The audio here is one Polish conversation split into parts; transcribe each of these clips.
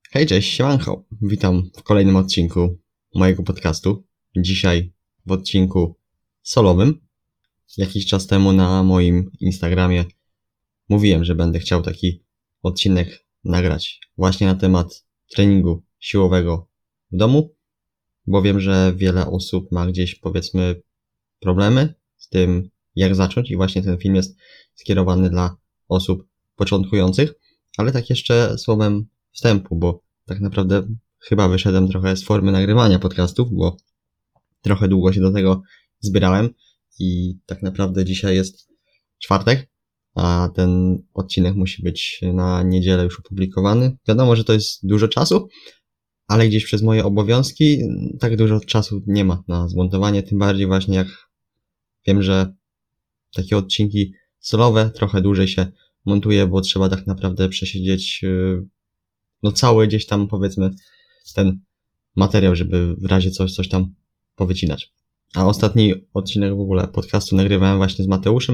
Hej, cześć, siemanko. Witam w kolejnym odcinku mojego podcastu. Dzisiaj w odcinku solowym. Jakiś czas temu na moim Instagramie mówiłem, że będę chciał taki odcinek nagrać właśnie na temat treningu siłowego w domu, bo wiem, że wiele osób ma gdzieś, powiedzmy, problemy z tym, jak zacząć, i właśnie ten film jest skierowany dla osób początkujących, ale tak jeszcze słowem wstępu, bo tak naprawdę chyba wyszedłem trochę z formy nagrywania podcastów, bo trochę długo się do tego zbierałem i tak naprawdę dzisiaj jest czwartek, a ten odcinek musi być na niedzielę już opublikowany. Wiadomo, że to jest dużo czasu, ale gdzieś przez moje obowiązki tak dużo czasu nie ma na zmontowanie, tym bardziej właśnie jak wiem, że takie odcinki solowe trochę dłużej się montuje, bo trzeba tak naprawdę przesiedzieć cały gdzieś tam, powiedzmy, ten materiał, żeby w razie coś tam powycinać. A ostatni odcinek w ogóle podcastu nagrywałem właśnie z Mateuszem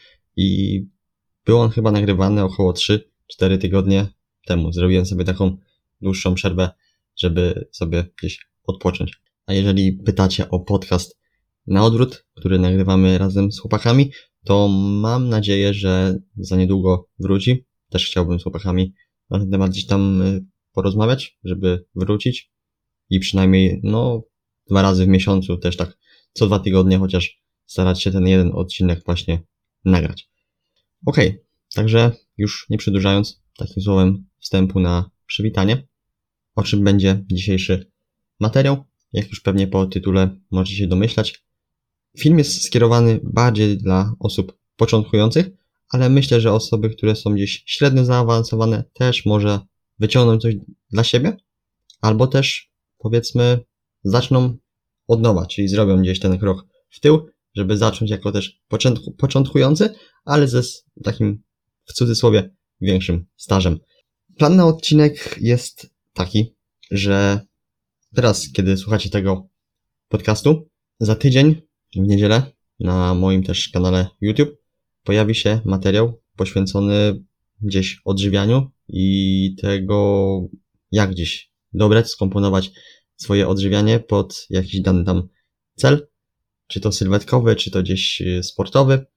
i był on chyba nagrywany około 3-4 tygodnie temu. Zrobiłem sobie taką dłuższą przerwę, żeby sobie gdzieś odpocząć. A jeżeli pytacie o podcast na odwrót, który nagrywamy razem z chłopakami, to mam nadzieję, że za niedługo wróci. Też chciałbym z chłopakami na ten temat gdzieś tam porozmawiać, żeby wrócić i przynajmniej 2 razy w miesiącu, też tak co 2 tygodnie, chociaż starać się ten jeden odcinek właśnie nagrać. Okej, także już nie przedłużając, takim słowem wstępu na przywitanie, o czym będzie dzisiejszy materiał. Jak już pewnie po tytule możecie się domyślać, film jest skierowany bardziej dla osób początkujących, ale myślę, że osoby, które są gdzieś średnio zaawansowane, też może wyciągną coś dla siebie, albo też, powiedzmy, zaczną od nowa, czyli zrobią gdzieś ten krok w tył, żeby zacząć jako też początkujący, ale ze takim, w cudzysłowie, większym stażem. Plan na odcinek jest taki, że teraz, kiedy słuchacie tego podcastu, za tydzień, w niedzielę, na moim też kanale YouTube pojawi się materiał poświęcony gdzieś odżywianiu i tego, jak gdzieś dobrać, skomponować swoje odżywianie pod jakiś dany tam cel, czy to sylwetkowy, czy to gdzieś sportowy.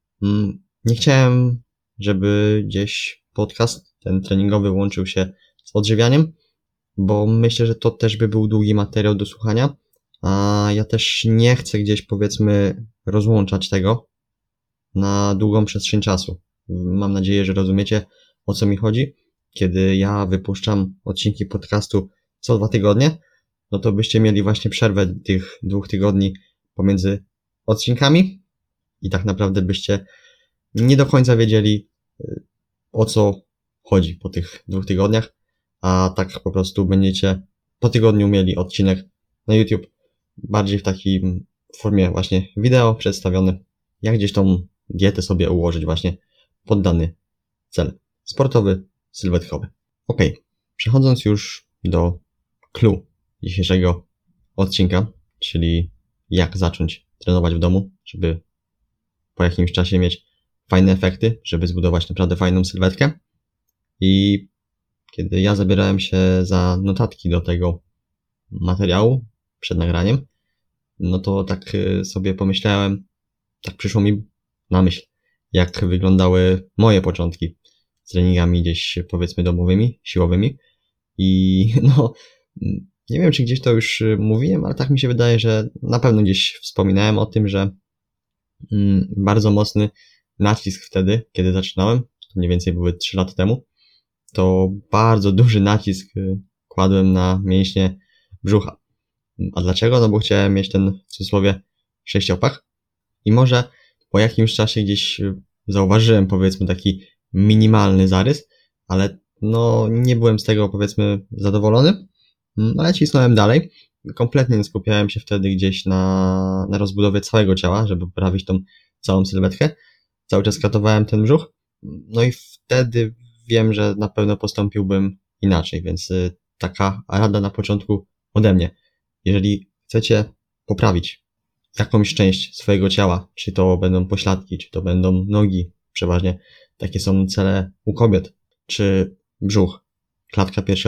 Nie chciałem, żeby gdzieś podcast ten treningowy łączył się z odżywianiem, bo myślę, że to też by był długi materiał do słuchania, a ja też nie chcę gdzieś, powiedzmy, rozłączać tego na długą przestrzeń czasu. Mam nadzieję, że rozumiecie, o co mi chodzi. Kiedy ja wypuszczam odcinki podcastu co 2 tygodnie, no to byście mieli właśnie przerwę tych 2 tygodni pomiędzy odcinkami i tak naprawdę byście nie do końca wiedzieli, o co chodzi po tych 2 tygodniach, a tak po prostu będziecie po tygodniu mieli odcinek na YouTube bardziej w takim formie właśnie wideo przedstawiony, jak gdzieś tą dietę sobie ułożyć właśnie pod dany cel sportowy, sylwetkowy. Okej, przechodząc już do clou dzisiejszego odcinka, czyli jak zacząć trenować w domu, żeby po jakimś czasie mieć fajne efekty, żeby zbudować naprawdę fajną sylwetkę. I kiedy ja zabierałem się za notatki do tego materiału przed nagraniem, no to tak sobie pomyślałem, tak przyszło mi na myśl, jak wyglądały moje początki z treningami gdzieś, powiedzmy, domowymi, siłowymi. I nie wiem, czy gdzieś to już mówiłem, ale tak mi się wydaje, że na pewno gdzieś wspominałem o tym, że bardzo mocny nacisk wtedy, kiedy zaczynałem, to mniej więcej były 3 lata temu, to bardzo duży nacisk kładłem na mięśnie brzucha. A dlaczego? No bo chciałem mieć ten, w cudzysłowie, sześciopak. I może po jakimś czasie gdzieś zauważyłem, powiedzmy, taki minimalny zarys, ale nie byłem z tego, powiedzmy, zadowolony, ale cisnąłem dalej. Kompletnie nie skupiałem się wtedy gdzieś na rozbudowie całego ciała, żeby poprawić tą całą sylwetkę. Cały czas katowałem ten brzuch. No i wtedy wiem, że na pewno postąpiłbym inaczej, więc taka rada na początku ode mnie. Jeżeli chcecie poprawić jakąś część swojego ciała, czy to będą pośladki, czy to będą nogi, przeważnie takie są cele u kobiet, czy brzuch, klatka piersiowa,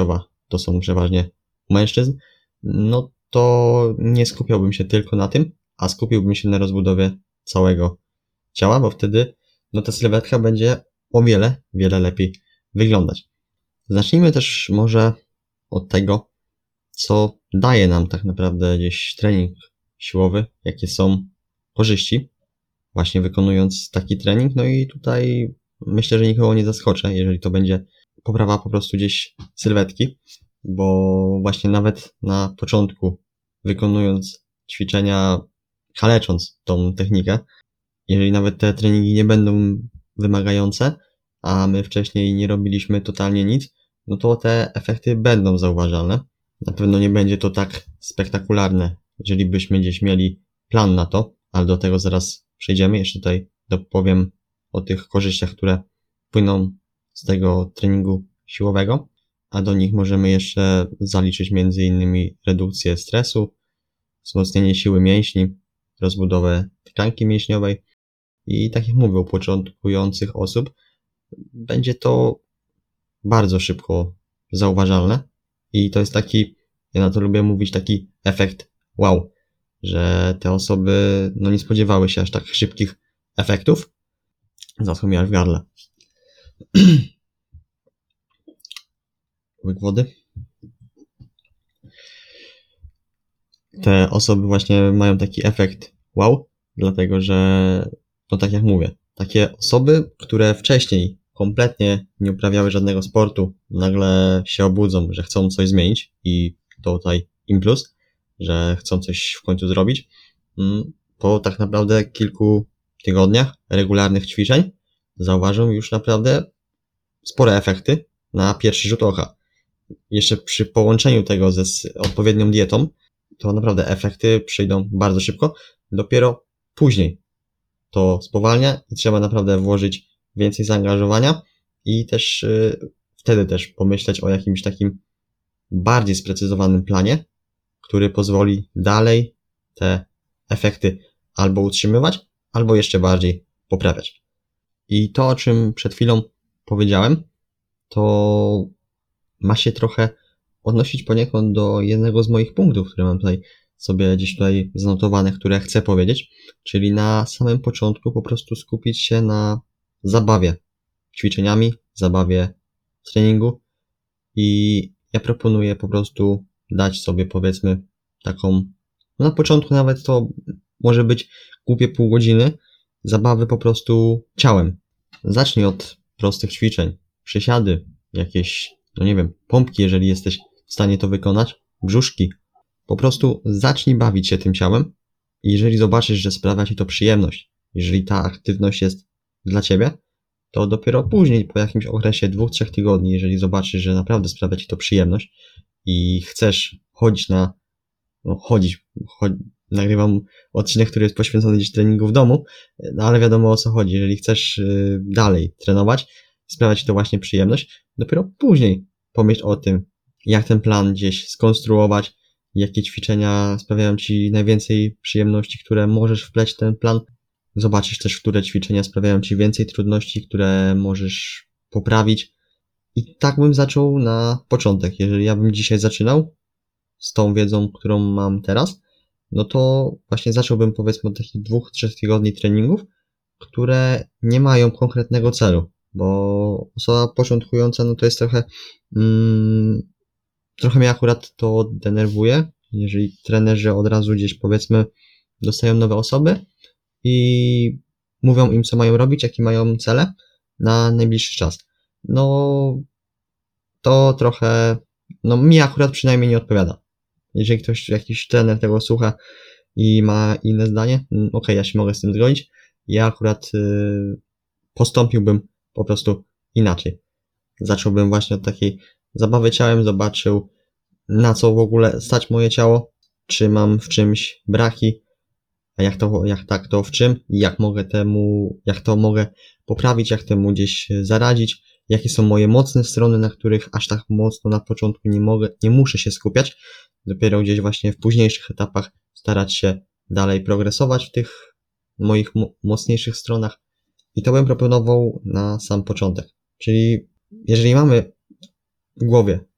to są przeważnie mężczyzn, no to nie skupiałbym się tylko na tym, a skupiłbym się na rozbudowie całego ciała, bo wtedy no ta sylwetka będzie o wiele, wiele lepiej wyglądać. Zacznijmy też może od tego, co daje nam tak naprawdę gdzieś trening siłowy, jakie są korzyści właśnie wykonując taki trening. No i tutaj myślę, że nikogo nie zaskoczę, jeżeli to będzie poprawa po prostu gdzieś sylwetki, bo właśnie nawet na początku wykonując ćwiczenia, kalecząc tą technikę, jeżeli nawet te treningi nie będą wymagające, a my wcześniej nie robiliśmy totalnie nic, no to te efekty będą zauważalne. Na pewno nie będzie to tak spektakularne, jeżeli byśmy gdzieś mieli plan na to, ale do tego zaraz przejdziemy. Jeszcze tutaj dopowiem o tych korzyściach, które płyną z tego treningu siłowego, a do nich możemy jeszcze zaliczyć m.in. redukcję stresu, wzmocnienie siły mięśni, rozbudowę tkanki mięśniowej i tak jak mówię, u początkujących osób będzie to bardzo szybko zauważalne i to jest taki, ja na to lubię mówić, taki efekt wow, że te osoby no nie spodziewały się aż tak szybkich efektów. Zaschło mi aż w gardle. Łyk wody. Te osoby właśnie mają taki efekt wow, dlatego że, no tak jak mówię, takie osoby, które wcześniej kompletnie nie uprawiały żadnego sportu, nagle się obudzą, że chcą coś zmienić i to tutaj im plus, że chcą coś w końcu zrobić, po tak naprawdę kilku tygodniach regularnych ćwiczeń zauważą już naprawdę spore efekty na pierwszy rzut oka. Jeszcze przy połączeniu tego ze odpowiednią dietą, to naprawdę efekty przyjdą bardzo szybko. Dopiero później to spowalnia i trzeba naprawdę włożyć więcej zaangażowania i też wtedy też pomyśleć o jakimś takim bardziej sprecyzowanym planie, który pozwoli dalej te efekty albo utrzymywać, albo jeszcze bardziej poprawiać. I to, o czym przed chwilą powiedziałem, to ma się trochę odnosić poniekąd do jednego z moich punktów, które mam tutaj sobie gdzieś tutaj zanotowane, które chcę powiedzieć, czyli na samym początku po prostu skupić się na zabawie ćwiczeniami, zabawie w treningu i ja proponuję po prostu dać sobie powiedzmy taką, no na początku nawet to może być głupie pół godziny zabawy po prostu ciałem. Zacznij od prostych ćwiczeń, przysiady, jakieś, no nie wiem, pompki, jeżeli jesteś w stanie to wykonać, brzuszki. Po prostu zacznij bawić się tym ciałem i jeżeli zobaczysz, że sprawia ci to przyjemność, jeżeli ta aktywność jest dla ciebie, to dopiero później, po jakimś okresie 2-3 tygodni, jeżeli zobaczysz, że naprawdę sprawia ci to przyjemność i chcesz chodzić nagrywam odcinek, który jest poświęcony gdzieś treningu w domu, no ale wiadomo o co chodzi, jeżeli chcesz dalej trenować, sprawia ci to właśnie przyjemność, dopiero później pomyśl o tym, jak ten plan gdzieś skonstruować, jakie ćwiczenia sprawiają ci najwięcej przyjemności, które możesz wpleść w ten plan. Zobaczysz też, które ćwiczenia sprawiają ci więcej trudności, które możesz poprawić. I tak bym zaczął na początek. Jeżeli ja bym dzisiaj zaczynał z tą wiedzą, którą mam teraz, no to właśnie zacząłbym powiedzmy od takich 2-3 tygodni treningów, które nie mają konkretnego celu, bo osoba początkująca, no to jest trochę mnie akurat to denerwuje, jeżeli trenerzy od razu gdzieś powiedzmy dostają nowe osoby i mówią im, co mają robić, jakie mają cele na najbliższy czas. No to trochę, no mi akurat przynajmniej nie odpowiada. Jeżeli ktoś, jakiś trener tego słucha i ma inne zdanie, okej, ja się mogę z tym zgodzić. Ja akurat postąpiłbym po prostu inaczej. Zacząłbym właśnie od takiej zabawy ciałem, zobaczył na co w ogóle stać moje ciało, czy mam w czymś braki, a jak tak, to w czym, jak to mogę poprawić, jak temu gdzieś zaradzić, jakie są moje mocne strony, na których aż tak mocno na początku nie muszę się skupiać, dopiero gdzieś właśnie w późniejszych etapach starać się dalej progresować w tych moich mocniejszych stronach i to bym proponował na sam początek. Czyli jeżeli mamy w głowie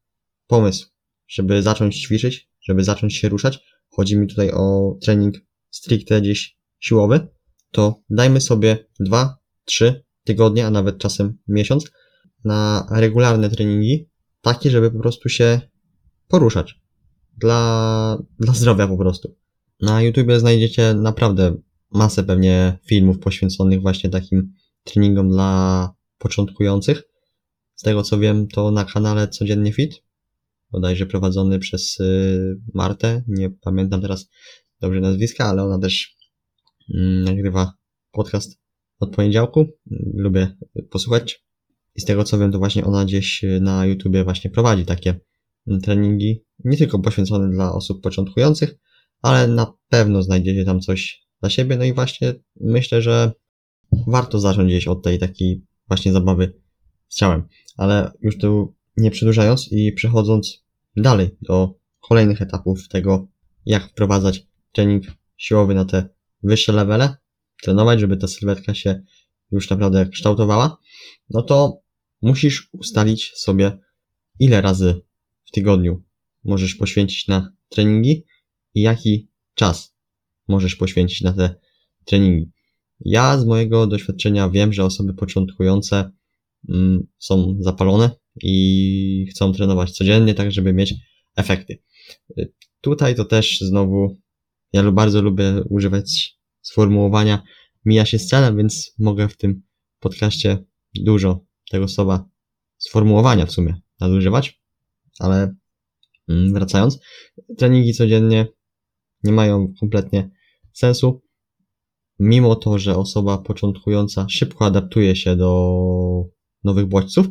pomysł, żeby zacząć ćwiczyć, żeby zacząć się ruszać, chodzi mi tutaj o trening stricte gdzieś siłowy, to dajmy sobie 2-3 tygodnie, a nawet czasem miesiąc na regularne treningi, takie, żeby po prostu się poruszać. Dla zdrowia po prostu. Na YouTubie znajdziecie naprawdę masę pewnie filmów poświęconych właśnie takim treningom dla początkujących. Z tego co wiem, to na kanale Codziennie Fit, bodajże prowadzony przez Martę, nie pamiętam teraz dobrze nazwiska, ale ona też nagrywa podcast od poniedziałku, lubię posłuchać. I z tego co wiem, to właśnie ona gdzieś na YouTubie właśnie prowadzi takie treningi, nie tylko poświęcone dla osób początkujących, ale na pewno znajdziecie tam coś dla siebie. No i właśnie myślę, że warto zacząć gdzieś od tej takiej właśnie zabawy z ciałem. Ale już tu nie przedłużając i przechodząc dalej do kolejnych etapów tego, jak wprowadzać trening siłowy na te wyższe levele, trenować, żeby ta sylwetka się już naprawdę kształtowała, no to musisz ustalić sobie, ile razy w tygodniu możesz poświęcić na treningi i jaki czas możesz poświęcić na te treningi. Ja z mojego doświadczenia wiem, że osoby początkujące są zapalone i chcą trenować codziennie, tak żeby mieć efekty. Tutaj to też znowu ja bardzo lubię używać sformułowania mija się z celem, więc mogę w tym podcaście dużo tego słowa sformułowania w sumie nadużywać, ale wracając, treningi codziennie nie mają kompletnie sensu, mimo to, że osoba początkująca szybko adaptuje się do nowych bodźców,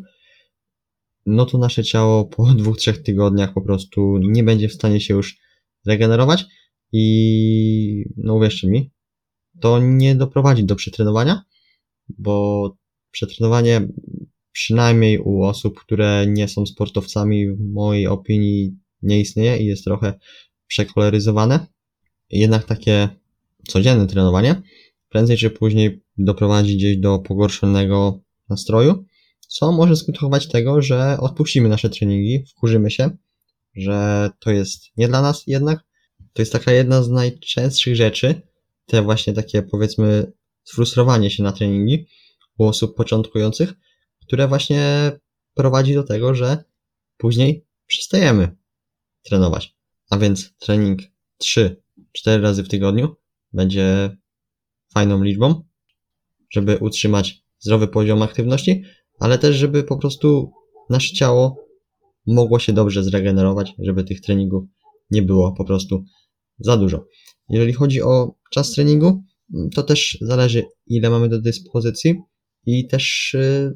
no to nasze ciało po 2-3 tygodniach po prostu nie będzie w stanie się już regenerować i no uwierzcie mi, to nie doprowadzi do przetrenowania, bo przetrenowanie przynajmniej u osób, które nie są sportowcami, w mojej opinii nie istnieje i jest trochę przekoloryzowane. Jednak takie codzienne trenowanie prędzej czy później doprowadzi gdzieś do pogorszonego nastroju, co może skutkować tego, że odpuścimy nasze treningi, wkurzymy się, że to jest nie dla nas jednak. To jest taka jedna z najczęstszych rzeczy, te właśnie takie powiedzmy sfrustrowanie się na treningi u osób początkujących, które właśnie prowadzi do tego, że później przestajemy trenować. A więc trening 3-4 razy w tygodniu będzie fajną liczbą, żeby utrzymać zdrowy poziom aktywności, ale też żeby po prostu nasze ciało mogło się dobrze zregenerować, żeby tych treningów nie było po prostu za dużo. Jeżeli chodzi o czas treningu, to też zależy, ile mamy do dyspozycji i też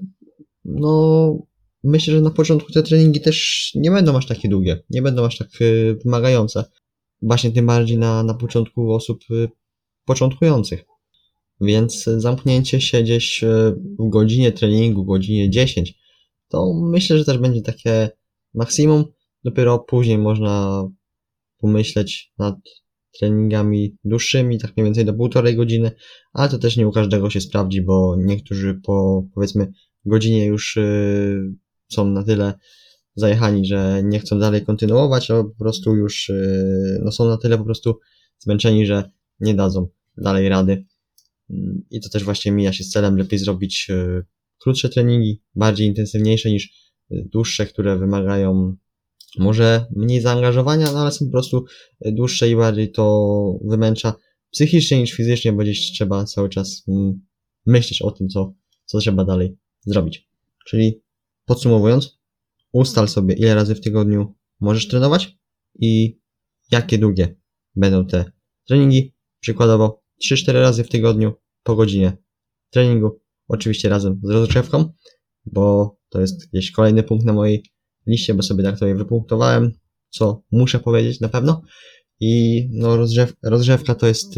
no myślę, że na początku te treningi też nie będą aż takie długie, nie będą aż tak wymagające. Właśnie tym bardziej na początku osób początkujących. Więc zamknięcie się gdzieś w godzinie treningu, godzinie 10, to myślę, że też będzie takie maksimum. Dopiero później można pomyśleć nad treningami dłuższymi, tak mniej więcej do 1,5 godziny, ale to też nie u każdego się sprawdzi, bo niektórzy po powiedzmy godzinie już są na tyle zajechani, że nie chcą dalej kontynuować, albo po prostu już no są na tyle po prostu zmęczeni, że nie dadzą dalej rady. I to też właśnie mija się z celem, lepiej zrobić krótsze treningi, bardziej intensywniejsze niż dłuższe, które wymagają może mniej zaangażowania, no ale są po prostu dłuższe i bardziej to wymęcza psychicznie niż fizycznie, bo gdzieś trzeba cały czas myśleć o tym, co trzeba dalej zrobić. Czyli podsumowując, ustal sobie, ile razy w tygodniu możesz trenować i jakie długie będą te treningi. Przykładowo 3-4 razy w tygodniu po godzinie treningu, oczywiście razem z rozgrzewką, bo to jest gdzieś kolejny punkt na mojej liście, bo sobie tak to je wypunktowałem, co muszę powiedzieć na pewno. I no rozgrzewka to jest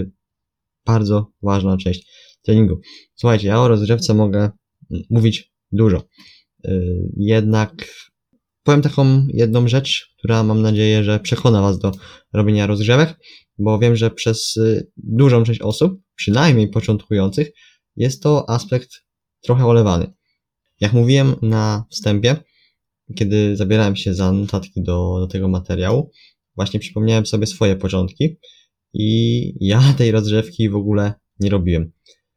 bardzo ważna część treningu. Słuchajcie, ja o rozgrzewce mogę mówić dużo. Jednak powiem taką jedną rzecz, która mam nadzieję, że przekona Was do robienia rozgrzewek, bo wiem, że przez dużą część osób, przynajmniej początkujących, jest to aspekt trochę olewany. Jak mówiłem na wstępie, kiedy zabierałem się za notatki do tego materiału, właśnie przypomniałem sobie swoje początki i ja tej rozgrzewki w ogóle nie robiłem.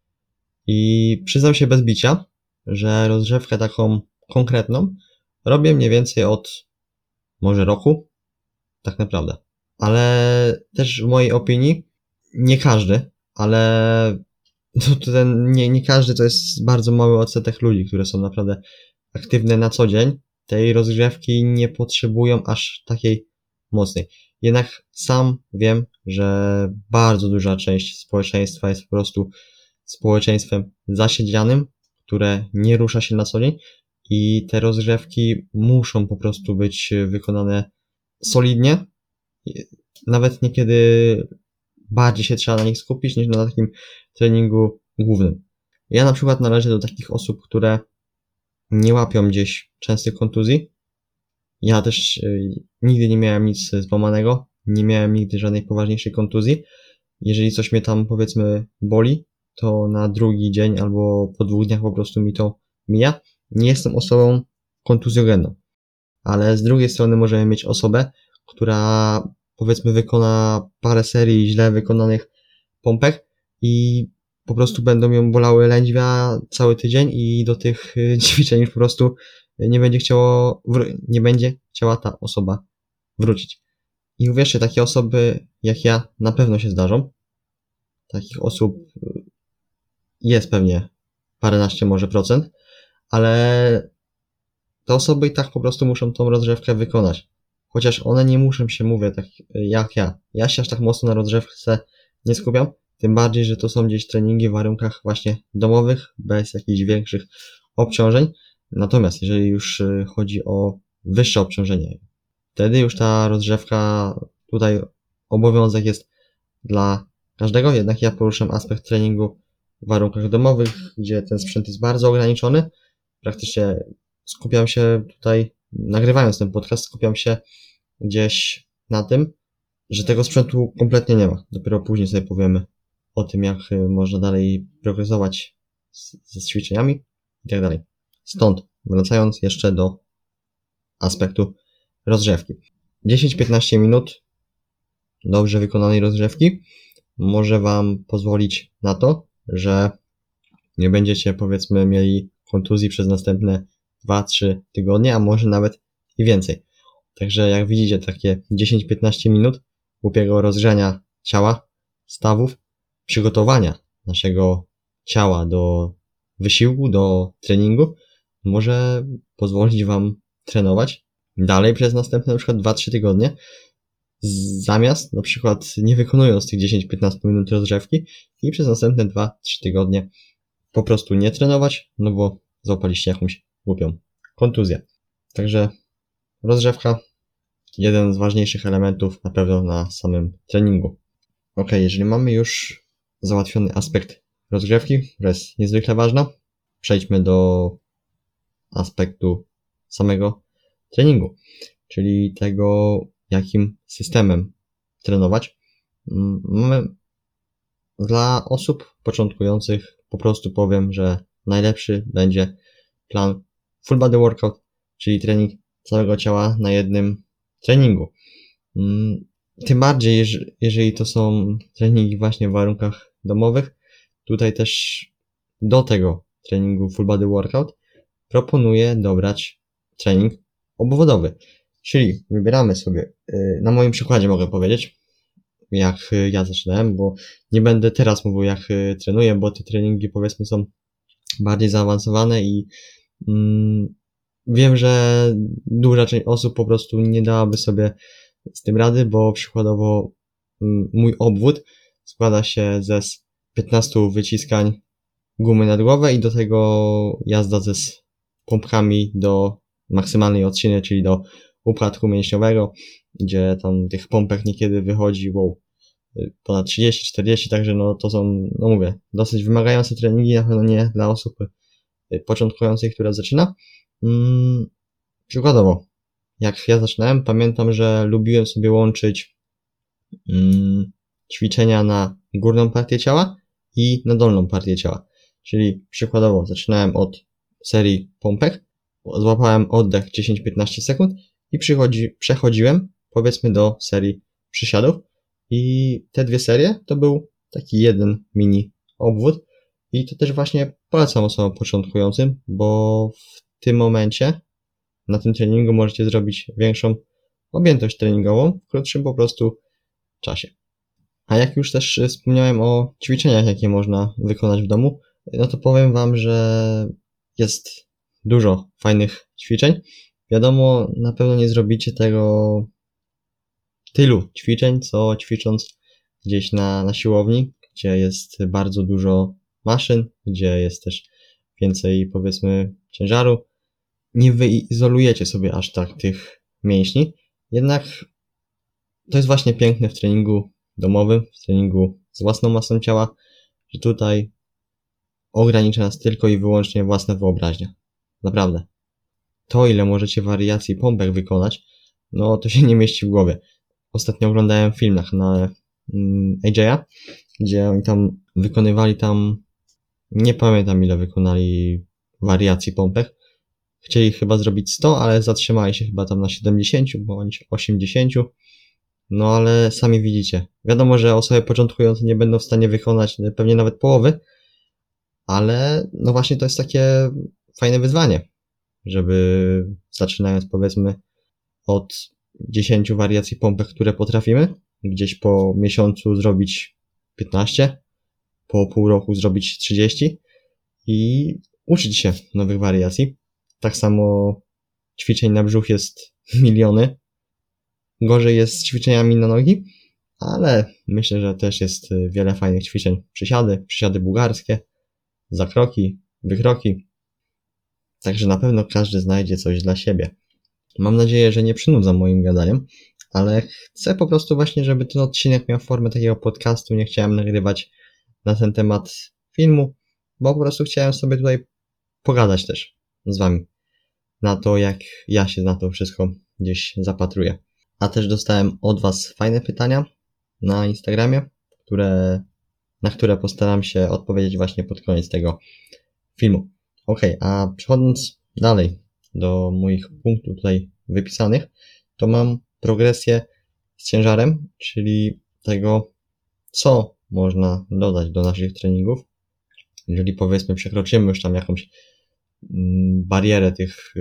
I przyznam się bez bicia, że rozgrzewkę taką konkretną robię mniej więcej od może roku, tak naprawdę. Ale też w mojej opinii nie każdy, ale nie każdy to jest bardzo mały odsetek ludzi, które są naprawdę aktywne na co dzień. Tej rozgrzewki nie potrzebują aż takiej mocnej. Jednak sam wiem, że bardzo duża część społeczeństwa jest po prostu społeczeństwem zasiedzianym, które nie rusza się na co dzień i te rozgrzewki muszą po prostu być wykonane solidnie. Nawet niekiedy bardziej się trzeba na nich skupić niż na takim treningu głównym. Ja na przykład należę do takich osób, które nie łapią gdzieś częstych kontuzji. Ja też nigdy nie miałem nic złamanego, nie miałem nigdy żadnej poważniejszej kontuzji. Jeżeli coś mnie tam, powiedzmy, boli, to na drugi dzień albo po 2 dniach po prostu mi to mija. Nie jestem osobą kontuzjogenną. Ale z drugiej strony możemy mieć osobę, która, powiedzmy, wykona parę serii źle wykonanych pompek i po prostu będą ją bolały lędźwia cały tydzień i do tych ćwiczeń już po prostu nie będzie chciała ta osoba wrócić. I uwierzcie, takie osoby jak ja na pewno się zdarzą. Takich osób jest pewnie paręnaście może procent, ale te osoby i tak po prostu muszą tą rozgrzewkę wykonać. Chociaż one nie muszą się, mówię, tak jak ja. Ja się aż tak mocno na rozgrzewce nie skupiam, tym bardziej, że to są gdzieś treningi w warunkach właśnie domowych, bez jakichś większych obciążeń. Natomiast jeżeli już chodzi o wyższe obciążenie, wtedy już ta rozgrzewka, tutaj obowiązek jest dla każdego, jednak ja poruszam aspekt treningu w warunkach domowych, gdzie ten sprzęt jest bardzo ograniczony. Praktycznie skupiam się tutaj, nagrywając ten podcast, skupiam się gdzieś na tym, że tego sprzętu kompletnie nie ma. Dopiero później sobie powiemy o tym, jak można dalej progresować ze ćwiczeniami i tak dalej. Stąd, wracając jeszcze do aspektu rozgrzewki. 10-15 minut dobrze wykonanej rozgrzewki może Wam pozwolić na to, że nie będziecie, powiedzmy, mieli kontuzji przez następne 2-3 tygodnie, a może nawet i więcej. Także jak widzicie, takie 10-15 minut głupiego rozgrzania ciała, stawów, przygotowania naszego ciała do wysiłku, do treningu może pozwolić Wam trenować dalej przez następne na przykład 2-3 tygodnie, zamiast na przykład nie wykonując tych 10-15 minut rozgrzewki i przez następne 2-3 tygodnie po prostu nie trenować, no bo złapaliście jakąś głupią kontuzję. Także rozgrzewka, jeden z ważniejszych elementów na pewno na samym treningu. Ok, jeżeli mamy już załatwiony aspekt rozgrzewki, która jest niezwykle ważna, przejdźmy do aspektu samego treningu, czyli tego, jakim systemem trenować. Dla osób początkujących po prostu powiem, że najlepszy będzie plan full body workout, czyli trening całego ciała na jednym treningu. Tym bardziej, jeżeli to są treningi właśnie w warunkach domowych. Tutaj też do tego treningu full body workout proponuję dobrać trening obwodowy. Czyli wybieramy sobie, na moim przykładzie mogę powiedzieć, jak ja zaczynałem, bo nie będę teraz mówił, jak trenuję, bo te treningi, powiedzmy, są bardziej zaawansowane i wiem, że duża część osób po prostu nie dałaby sobie z tym rady, bo przykładowo mój obwód składa się ze 15 wyciskań gumy nad głowę i do tego jazda ze pompkami do maksymalnej odciny, czyli do upadku mięśniowego, gdzie tam tych pompek niekiedy wychodzi ponad 30-40, także no to są, no mówię, dosyć wymagające treningi, na pewno nie dla osób początkujących, która zaczyna. Przykładowo, jak ja zaczynałem, pamiętam, że lubiłem sobie łączyć ćwiczenia na górną partię ciała i na dolną partię ciała. Czyli przykładowo zaczynałem od serii pompek złapałem oddech 10-15 sekund i przechodziłem powiedzmy do serii przysiadów i te 2 serie to był taki jeden mini obwód i to też właśnie polecam osobom początkującym, bo w tym momencie na tym treningu możecie zrobić większą objętość treningową w krótszym po prostu czasie. A jak już też wspomniałem o ćwiczeniach, jakie można wykonać w domu, no to powiem Wam, że jest dużo fajnych ćwiczeń. Wiadomo, na pewno nie zrobicie tego tylu ćwiczeń, co ćwicząc gdzieś na siłowni, gdzie jest bardzo dużo maszyn, gdzie jest też więcej, powiedzmy, ciężaru. Nie wyizolujecie sobie aż tak tych mięśni, jednak to jest właśnie piękne w treningu domowym, w treningu z własną masą ciała, że tutaj ogranicza nas tylko i wyłącznie własna wyobraźnia. Naprawdę. To, ile możecie wariacji pompek wykonać, no to się nie mieści w głowie. Ostatnio oglądałem film na kanale AJ'a, gdzie oni tam wykonywali nie pamiętam ile wykonali wariacji pompek. Chcieli chyba zrobić 100, ale zatrzymali się chyba tam na 70, bądź 80. No ale sami widzicie. Wiadomo, że osoby początkujące nie będą w stanie wykonać pewnie nawet połowy, ale no właśnie to jest takie fajne wyzwanie, żeby zaczynając powiedzmy od 10 wariacji pompek, które potrafimy, gdzieś po miesiącu zrobić 15, po pół roku zrobić 30 i uczyć się nowych wariacji. Tak samo ćwiczeń na brzuch jest miliony. Gorzej jest z ćwiczeniami na nogi, ale myślę, że też jest wiele fajnych ćwiczeń. Przysiady bułgarskie, zakroki, wykroki. Także na pewno każdy znajdzie coś dla siebie. Mam nadzieję, że nie przynudzam moim gadaniem, ale chcę po prostu właśnie, żeby ten odcinek miał formę takiego podcastu. Nie chciałem nagrywać na ten temat filmu, bo po prostu chciałem sobie tutaj pogadać też z Wami na to, jak ja się na to wszystko gdzieś zapatruję. A też dostałem od Was fajne pytania na Instagramie, na które postaram się odpowiedzieć właśnie pod koniec tego filmu. A przechodząc dalej do moich punktów tutaj wypisanych, to mam progresję z ciężarem, czyli tego, co można dodać do naszych treningów. Jeżeli powiedzmy przekroczymy już tam jakąś barierę tych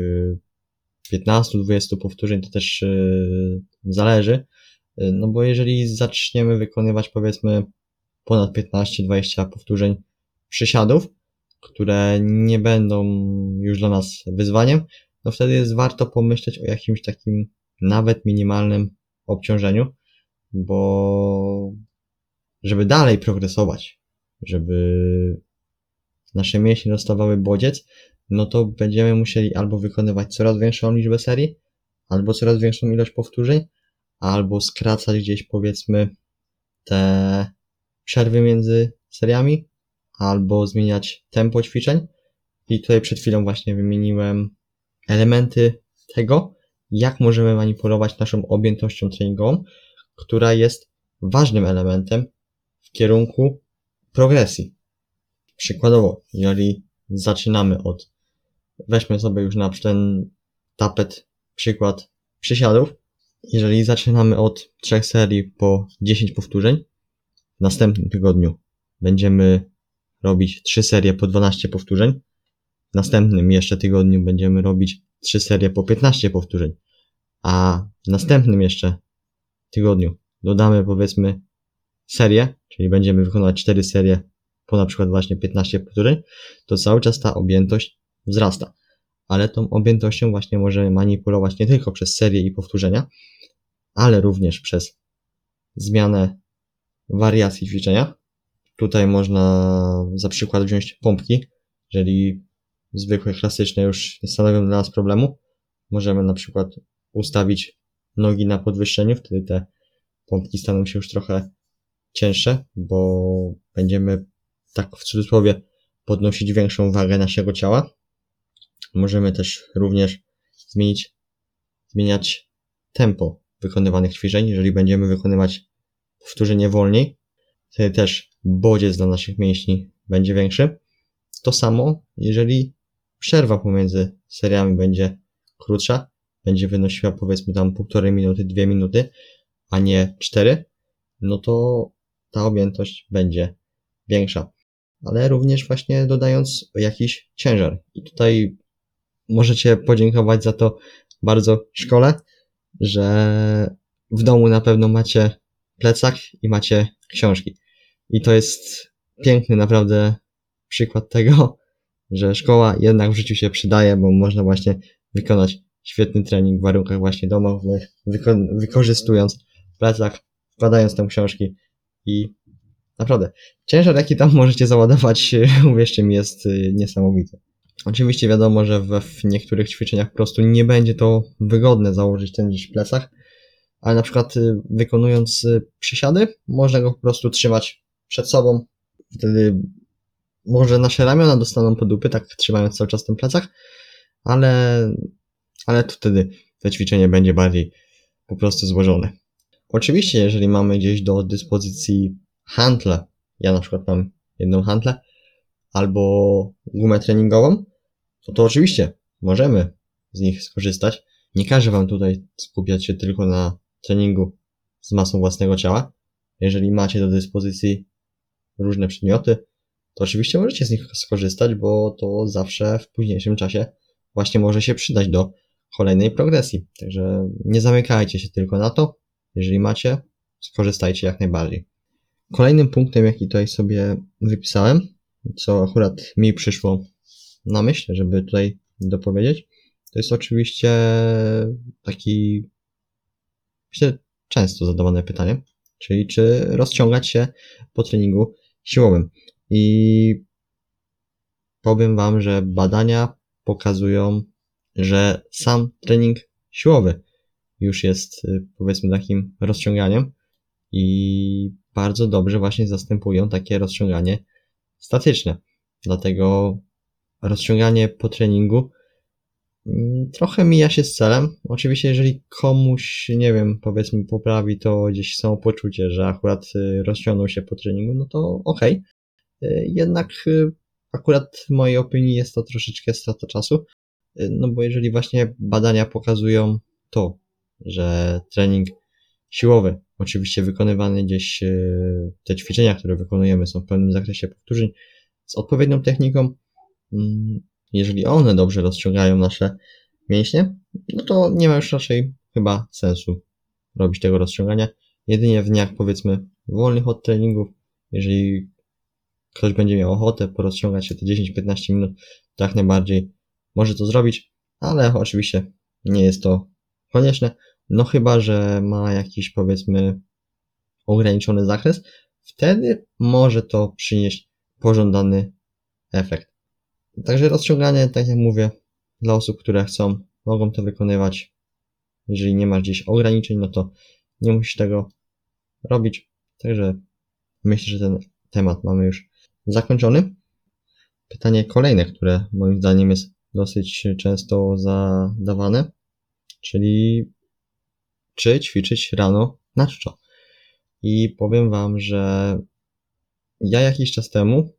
15-20 powtórzeń, to też zależy, no bo jeżeli zaczniemy wykonywać powiedzmy ponad 15-20 powtórzeń przysiadów, które nie będą już dla nas wyzwaniem, no wtedy jest warto pomyśleć o jakimś takim nawet minimalnym obciążeniu, bo żeby dalej progresować, żeby nasze mięśnie dostawały bodziec, no to będziemy musieli albo wykonywać coraz większą liczbę serii, albo coraz większą ilość powtórzeń, albo skracać gdzieś powiedzmy te przerwy między seriami, albo zmieniać tempo ćwiczeń. I tutaj przed chwilą właśnie wymieniłem elementy tego, jak możemy manipulować naszą objętością treningową, która jest ważnym elementem w kierunku progresji. Przykładowo, jeżeli zaczynamy weźmy sobie już na ten tapet przykład przysiadów. Jeżeli zaczynamy od 3 serii po 10 powtórzeń, w następnym tygodniu będziemy robić 3 serie po 12 powtórzeń, w następnym jeszcze tygodniu będziemy robić 3 serie po 15 powtórzeń, a w następnym jeszcze tygodniu dodamy powiedzmy serię, czyli będziemy wykonywać 4 serie po na przykład właśnie 15 powtórzeń, to cały czas ta objętość wzrasta. Ale tą objętością właśnie możemy manipulować nie tylko przez serię i powtórzenia, ale również przez zmianę wariacji ćwiczenia. Tutaj można za przykład wziąć pompki. Jeżeli zwykłe, klasyczne już nie stanowią dla nas problemu, możemy na przykład ustawić nogi na podwyższeniu, wtedy te pompki staną się już trochę cięższe, bo będziemy tak w cudzysłowie podnosić większą wagę naszego ciała. Możemy też również zmieniać tempo wykonywanych ćwiczeń. Jeżeli będziemy wykonywać powtórzenie wolniej, wtedy też bodziec dla naszych mięśni będzie większy. To samo, jeżeli przerwa pomiędzy seriami będzie krótsza, będzie wynosiła powiedzmy tam 1,5 minuty, 2 minuty, a nie 4, no to ta objętość będzie większa. Ale również właśnie dodając jakiś ciężar. I tutaj możecie podziękować za to bardzo szkole, że w domu na pewno macie plecak i macie książki. I to jest piękny naprawdę przykład tego, że szkoła jednak w życiu się przydaje, bo można właśnie wykonać świetny trening w warunkach właśnie domowych, wykorzystując plecak, wkładając tam książki i naprawdę ciężar, jaki tam możecie załadować, uwierzcie mi, jest niesamowity. Oczywiście wiadomo, że w niektórych ćwiczeniach po prostu nie będzie to wygodne założyć ten gdzieś plecak, ale na przykład wykonując przysiady, można go po prostu trzymać przed sobą, wtedy może nasze ramiona dostaną po dupy, tak trzymając cały czas ten plecak, ale to wtedy to ćwiczenie będzie bardziej po prostu złożone. Oczywiście, jeżeli mamy gdzieś do dyspozycji hantle, ja na przykład mam jedną hantlę, albo gumę treningową, to oczywiście możemy z nich skorzystać. Nie każę wam tutaj skupiać się tylko na treningu z masą własnego ciała. Jeżeli macie do dyspozycji różne przedmioty, to oczywiście możecie z nich skorzystać, bo to zawsze w późniejszym czasie właśnie może się przydać do kolejnej progresji. Także nie zamykajcie się tylko na to. Jeżeli macie, skorzystajcie jak najbardziej. Kolejnym punktem, jaki tutaj sobie wypisałem, co akurat mi przyszło na myśl, żeby tutaj dopowiedzieć, to jest oczywiście taki, myślę, często zadawane pytanie, czyli czy rozciągać się po treningu siłowym. I powiem wam, że badania pokazują, że sam trening siłowy już jest powiedzmy takim rozciąganiem i bardzo dobrze właśnie zastępują takie rozciąganie statyczne. Dlatego rozciąganie po treningu trochę mija się z celem. Oczywiście jeżeli komuś, nie wiem, powiedzmy poprawi to gdzieś samopoczucie, że akurat rozciągnął się po treningu, no to okej. Jednak akurat w mojej opinii jest to troszeczkę strata czasu, no bo jeżeli właśnie badania pokazują to, że trening siłowy, oczywiście wykonywany gdzieś, te ćwiczenia, które wykonujemy są w pewnym zakresie powtórzeń, z odpowiednią techniką, jeżeli one dobrze rozciągają nasze mięśnie, no to nie ma już raczej chyba sensu robić tego rozciągania. Jedynie w dniach powiedzmy wolnych od treningów, jeżeli ktoś będzie miał ochotę porozciągać się te 10-15 minut, to jak najbardziej może to zrobić, ale oczywiście nie jest to konieczne, no chyba że ma jakiś powiedzmy ograniczony zakres, wtedy może to przynieść pożądany efekt. Także rozciąganie, tak jak mówię, dla osób, które chcą, mogą to wykonywać. Jeżeli nie masz gdzieś ograniczeń, no to nie musisz tego robić. Także myślę, że ten temat mamy już zakończony. Pytanie kolejne, które moim zdaniem jest dosyć często zadawane, czyli czy ćwiczyć rano na czczo. I powiem wam, że ja jakiś czas temu,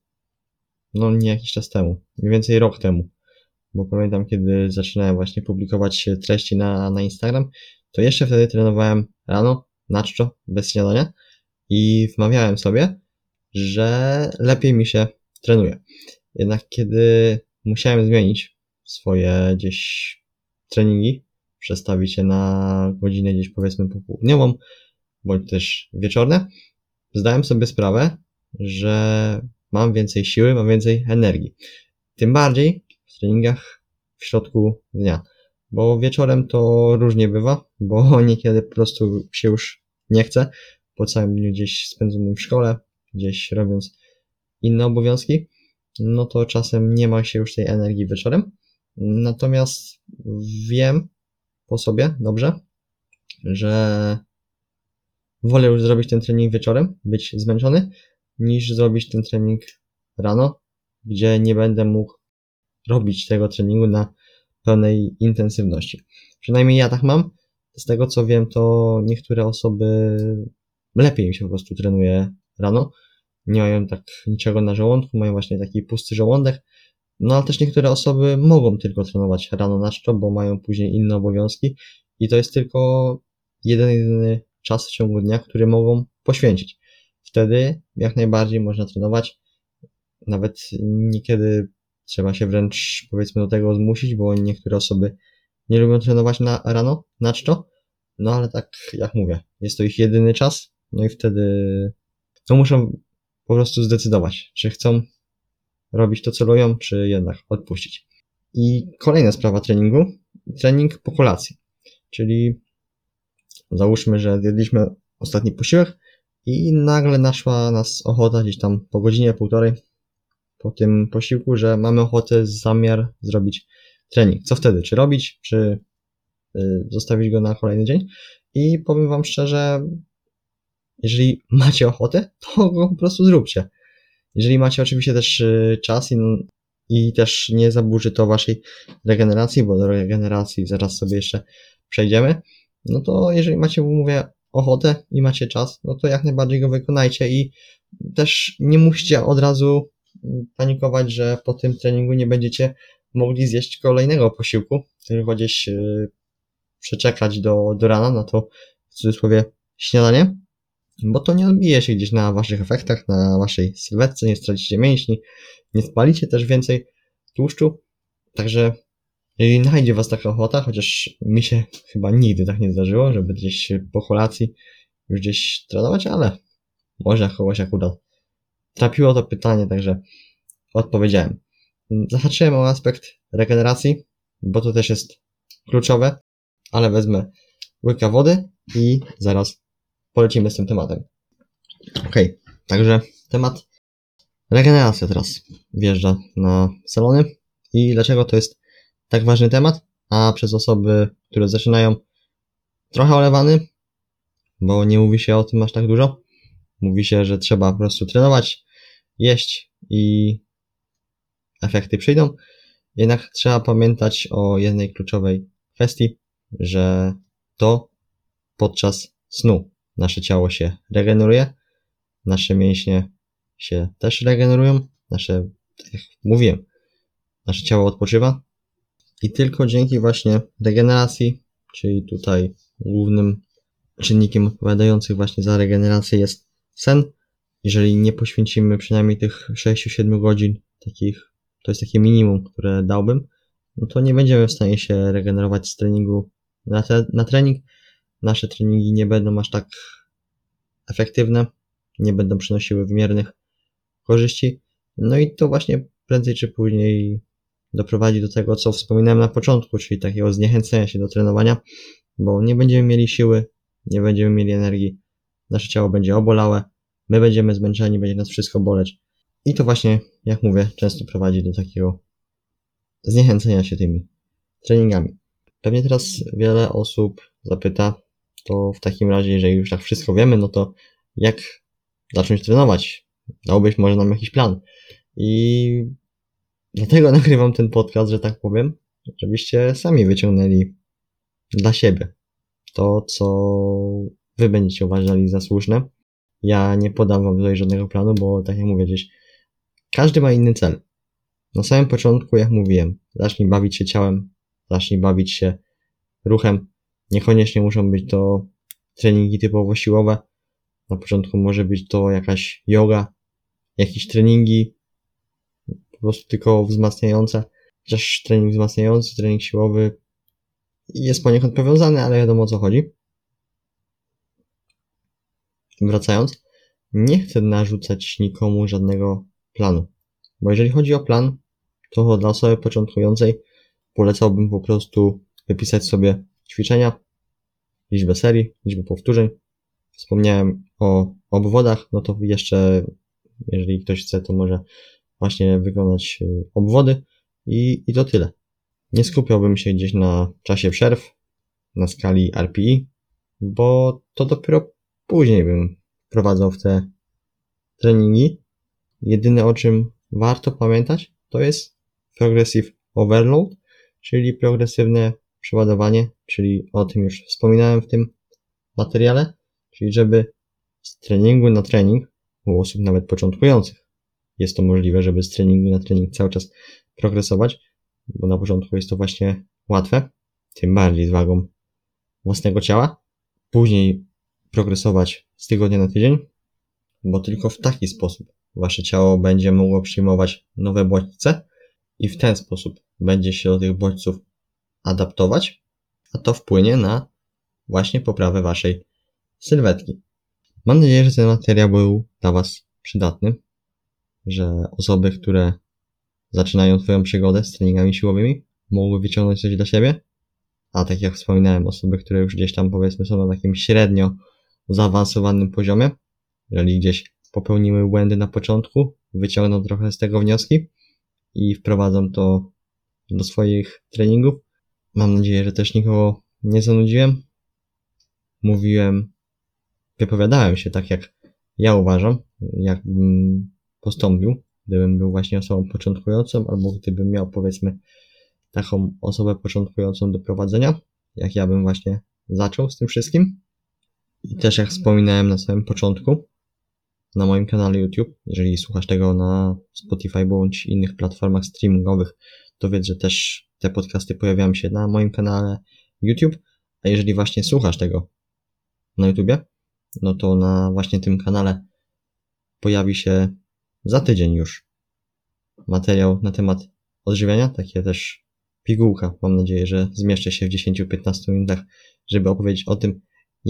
mniej więcej rok temu, bo pamiętam, kiedy zaczynałem właśnie publikować treści na Instagram, to jeszcze wtedy trenowałem rano, na czczo, bez śniadania i wmawiałem sobie, że lepiej mi się trenuje. Jednak kiedy musiałem zmienić swoje gdzieś treningi, przestawić je na godzinę gdzieś powiedzmy popołudniową, bądź też wieczorne, zdałem sobie sprawę, że mam więcej siły, mam więcej energii. Tym bardziej w treningach w środku dnia. Bo wieczorem to różnie bywa, bo niekiedy po prostu się już nie chce po całym dniu gdzieś spędzonym w szkole, gdzieś robiąc inne obowiązki, no to czasem nie ma się już tej energii wieczorem. Natomiast wiem po sobie dobrze, że wolę już zrobić ten trening wieczorem, być zmęczony, niż zrobić ten trening rano, gdzie nie będę mógł robić tego treningu na pełnej intensywności. Przynajmniej ja tak mam. Z tego co wiem, to niektóre osoby lepiej im się po prostu trenuje rano. Nie mają tak niczego na żołądku, mają właśnie taki pusty żołądek No ale też niektóre osoby mogą tylko trenować rano na czczo, bo mają później inne obowiązki i to jest tylko jedyny czas w ciągu dnia, który mogą poświęcić. Wtedy jak najbardziej można trenować. Nawet niekiedy trzeba się wręcz, powiedzmy, do tego zmusić, bo niektóre osoby nie lubią trenować rano, na czczo. No ale tak jak mówię, jest to ich jedyny czas, no i wtedy to muszą po prostu zdecydować, czy chcą robić to, co lubią, czy jednak odpuścić. I kolejna sprawa treningu, trening po kolacji, czyli załóżmy, że zjedliśmy ostatni posiłek i nagle naszła nas ochota gdzieś tam po godzinie, półtorej po tym posiłku, że mamy ochotę, zamiar zrobić trening. Co wtedy? Czy robić, czy zostawić go na kolejny dzień? I powiem wam szczerze, jeżeli macie ochotę, to go po prostu zróbcie. Jeżeli macie oczywiście też czas i też nie zaburzy to waszej regeneracji, bo do regeneracji zaraz sobie jeszcze przejdziemy, no to jeżeli macie, mówię, ochotę i macie czas, no to jak najbardziej go wykonajcie i też nie musicie od razu panikować, że po tym treningu nie będziecie mogli zjeść kolejnego posiłku, tylko gdzieś przeczekać do rana na to, w cudzysłowie, śniadanie, bo to nie odbije się gdzieś na waszych efektach, na waszej sylwetce, nie stracicie mięśni, nie spalicie też więcej tłuszczu, także jeżeli najdzie was taka ochota, chociaż mi się chyba nigdy tak nie zdarzyło, żeby gdzieś po kolacji już gdzieś trenować, ale może kogoś akurat trapiło to pytanie, także odpowiedziałem. Zahaczyłem o aspekt regeneracji, bo to też jest kluczowe, ale wezmę łyka wody i zaraz polecimy z tym tematem. Okej, także temat regeneracja teraz wjeżdża na salony i dlaczego to jest tak ważny temat, a przez osoby, które zaczynają, trochę olewany, bo nie mówi się o tym aż tak dużo. Mówi się, że trzeba po prostu trenować, jeść i efekty przyjdą. Jednak trzeba pamiętać o jednej kluczowej kwestii, że to podczas snu nasze ciało się regeneruje, nasze mięśnie się też regenerują, tak jak mówiłem, nasze ciało odpoczywa i tylko dzięki właśnie regeneracji, czyli tutaj głównym czynnikiem odpowiadającym właśnie za regenerację jest sen. Jeżeli nie poświęcimy przynajmniej tych 6-7 godzin, to jest takie minimum, które dałbym, no to nie będziemy w stanie się regenerować z treningu na trening. Nasze treningi nie będą aż tak efektywne, nie będą przynosiły wymiernych korzyści. No i to właśnie prędzej czy później doprowadzi do tego, co wspominałem na początku, czyli takiego zniechęcenia się do trenowania, bo nie będziemy mieli siły, nie będziemy mieli energii, nasze ciało będzie obolałe, my będziemy zmęczeni, będzie nas wszystko boleć. I to właśnie, jak mówię, często prowadzi do takiego zniechęcenia się tymi treningami. Pewnie teraz wiele osób zapyta, to w takim razie, jeżeli już tak wszystko wiemy, no to jak zacząć trenować? Dałbyś może nam jakiś plan? I dlatego nagrywam ten podcast, że tak powiem, żebyście sami wyciągnęli dla siebie to, co wy będziecie uważali za słuszne. Ja nie podam wam tutaj żadnego planu, bo tak jak mówię gdzieś, każdy ma inny cel. Na samym początku, jak mówiłem, zacznij bawić się ciałem, zacznij bawić się ruchem. Niekoniecznie muszą być to treningi typowo siłowe. Na początku może być to jakaś yoga, jakieś treningi po prostu tylko wzmacniające. Chociaż trening wzmacniający, trening siłowy jest poniekąd powiązany, ale wiadomo o co chodzi. Wracając, nie chcę narzucać nikomu żadnego planu. Bo jeżeli chodzi o plan, to dla osoby początkującej polecałbym po prostu wypisać sobie ćwiczenia, liczbę serii, liczbę powtórzeń. Wspomniałem o obwodach, no to jeszcze, jeżeli ktoś chce, to może właśnie wykonać obwody i to tyle. Nie skupiałbym się gdzieś na czasie przerw, na skali RPE, bo to dopiero później bym wprowadzał w te treningi. Jedyne o czym warto pamiętać to jest progressive overload, czyli progresywne przeładowanie, czyli o tym już wspominałem w tym materiale, czyli żeby z treningu na trening, u osób nawet początkujących jest to możliwe, żeby z treningu na trening cały czas progresować, bo na początku jest to właśnie łatwe, tym bardziej z wagą własnego ciała. Później progresować z tygodnia na tydzień, bo tylko w taki sposób wasze ciało będzie mogło przyjmować nowe bodźce i w ten sposób będzie się do tych bodźców adaptować, a to wpłynie na właśnie poprawę waszej sylwetki. Mam nadzieję, że ten materiał był dla was przydatny, że osoby, które zaczynają swoją przygodę z treningami siłowymi, mogły wyciągnąć coś dla siebie, a tak jak wspominałem, osoby, które już gdzieś tam powiedzmy są na takim średnio zaawansowanym poziomie, jeżeli gdzieś popełniły błędy na początku, wyciągną trochę z tego wnioski i wprowadzą to do swoich treningów. Mam nadzieję, że też nikogo nie zanudziłem. Wypowiadałem się tak, jak ja uważam, jakbym postąpił, gdybym był właśnie osobą początkującą, albo gdybym miał, powiedzmy, taką osobę początkującą do prowadzenia, jak ja bym właśnie zaczął z tym wszystkim. I też jak wspominałem na samym początku, na moim kanale YouTube, jeżeli słuchasz tego na Spotify bądź innych platformach streamingowych, to wiedz, że też te podcasty pojawiają się na moim kanale YouTube, a jeżeli właśnie słuchasz tego na YouTubie, no to na właśnie tym kanale pojawi się za tydzień już materiał na temat odżywiania, takie też pigułka. Mam nadzieję, że zmieszczę się w 10-15 minutach, żeby opowiedzieć o tym,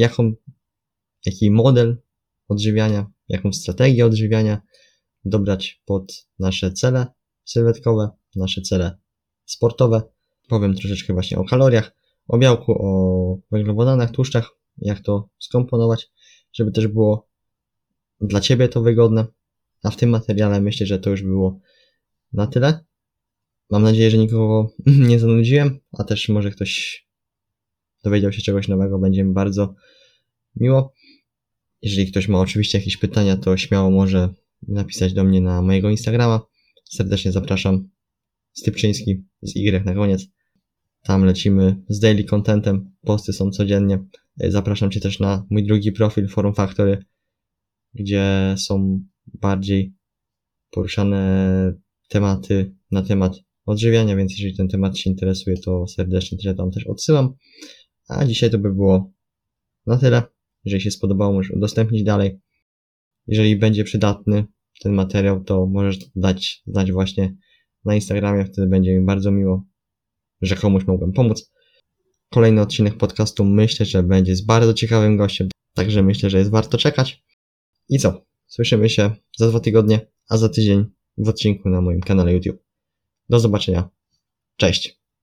jaki model odżywiania, jaką strategię odżywiania dobrać pod nasze cele sylwetkowe, nasze cele sportowe. Powiem troszeczkę właśnie o kaloriach, o białku, o węglowodanach, tłuszczach, jak to skomponować, żeby też było dla Ciebie to wygodne. A w tym materiale myślę, że to już było na tyle. Mam nadzieję, że nikogo nie zanudziłem, a też może ktoś dowiedział się czegoś nowego, będzie mi bardzo miło. Jeżeli ktoś ma oczywiście jakieś pytania, to śmiało może napisać do mnie na mojego Instagrama. Serdecznie zapraszam. Stypczyński z Y na koniec. Tam lecimy z daily contentem. Posty są codziennie. Zapraszam Cię też na mój drugi profil Forum Factory, gdzie są bardziej poruszane tematy na temat odżywiania, więc jeżeli ten temat Cię interesuje, to serdecznie Cię tam też odsyłam. A dzisiaj to by było na tyle. Jeżeli się spodobało, możesz udostępnić dalej. Jeżeli będzie przydatny ten materiał, to możesz dać znać właśnie na Instagramie, wtedy będzie mi bardzo miło, że komuś mogłem pomóc. Kolejny odcinek podcastu myślę, że będzie z bardzo ciekawym gościem, także myślę, że jest warto czekać. I co? Słyszymy się za 2 tygodnie, a za tydzień w odcinku na moim kanale YouTube. Do zobaczenia. Cześć!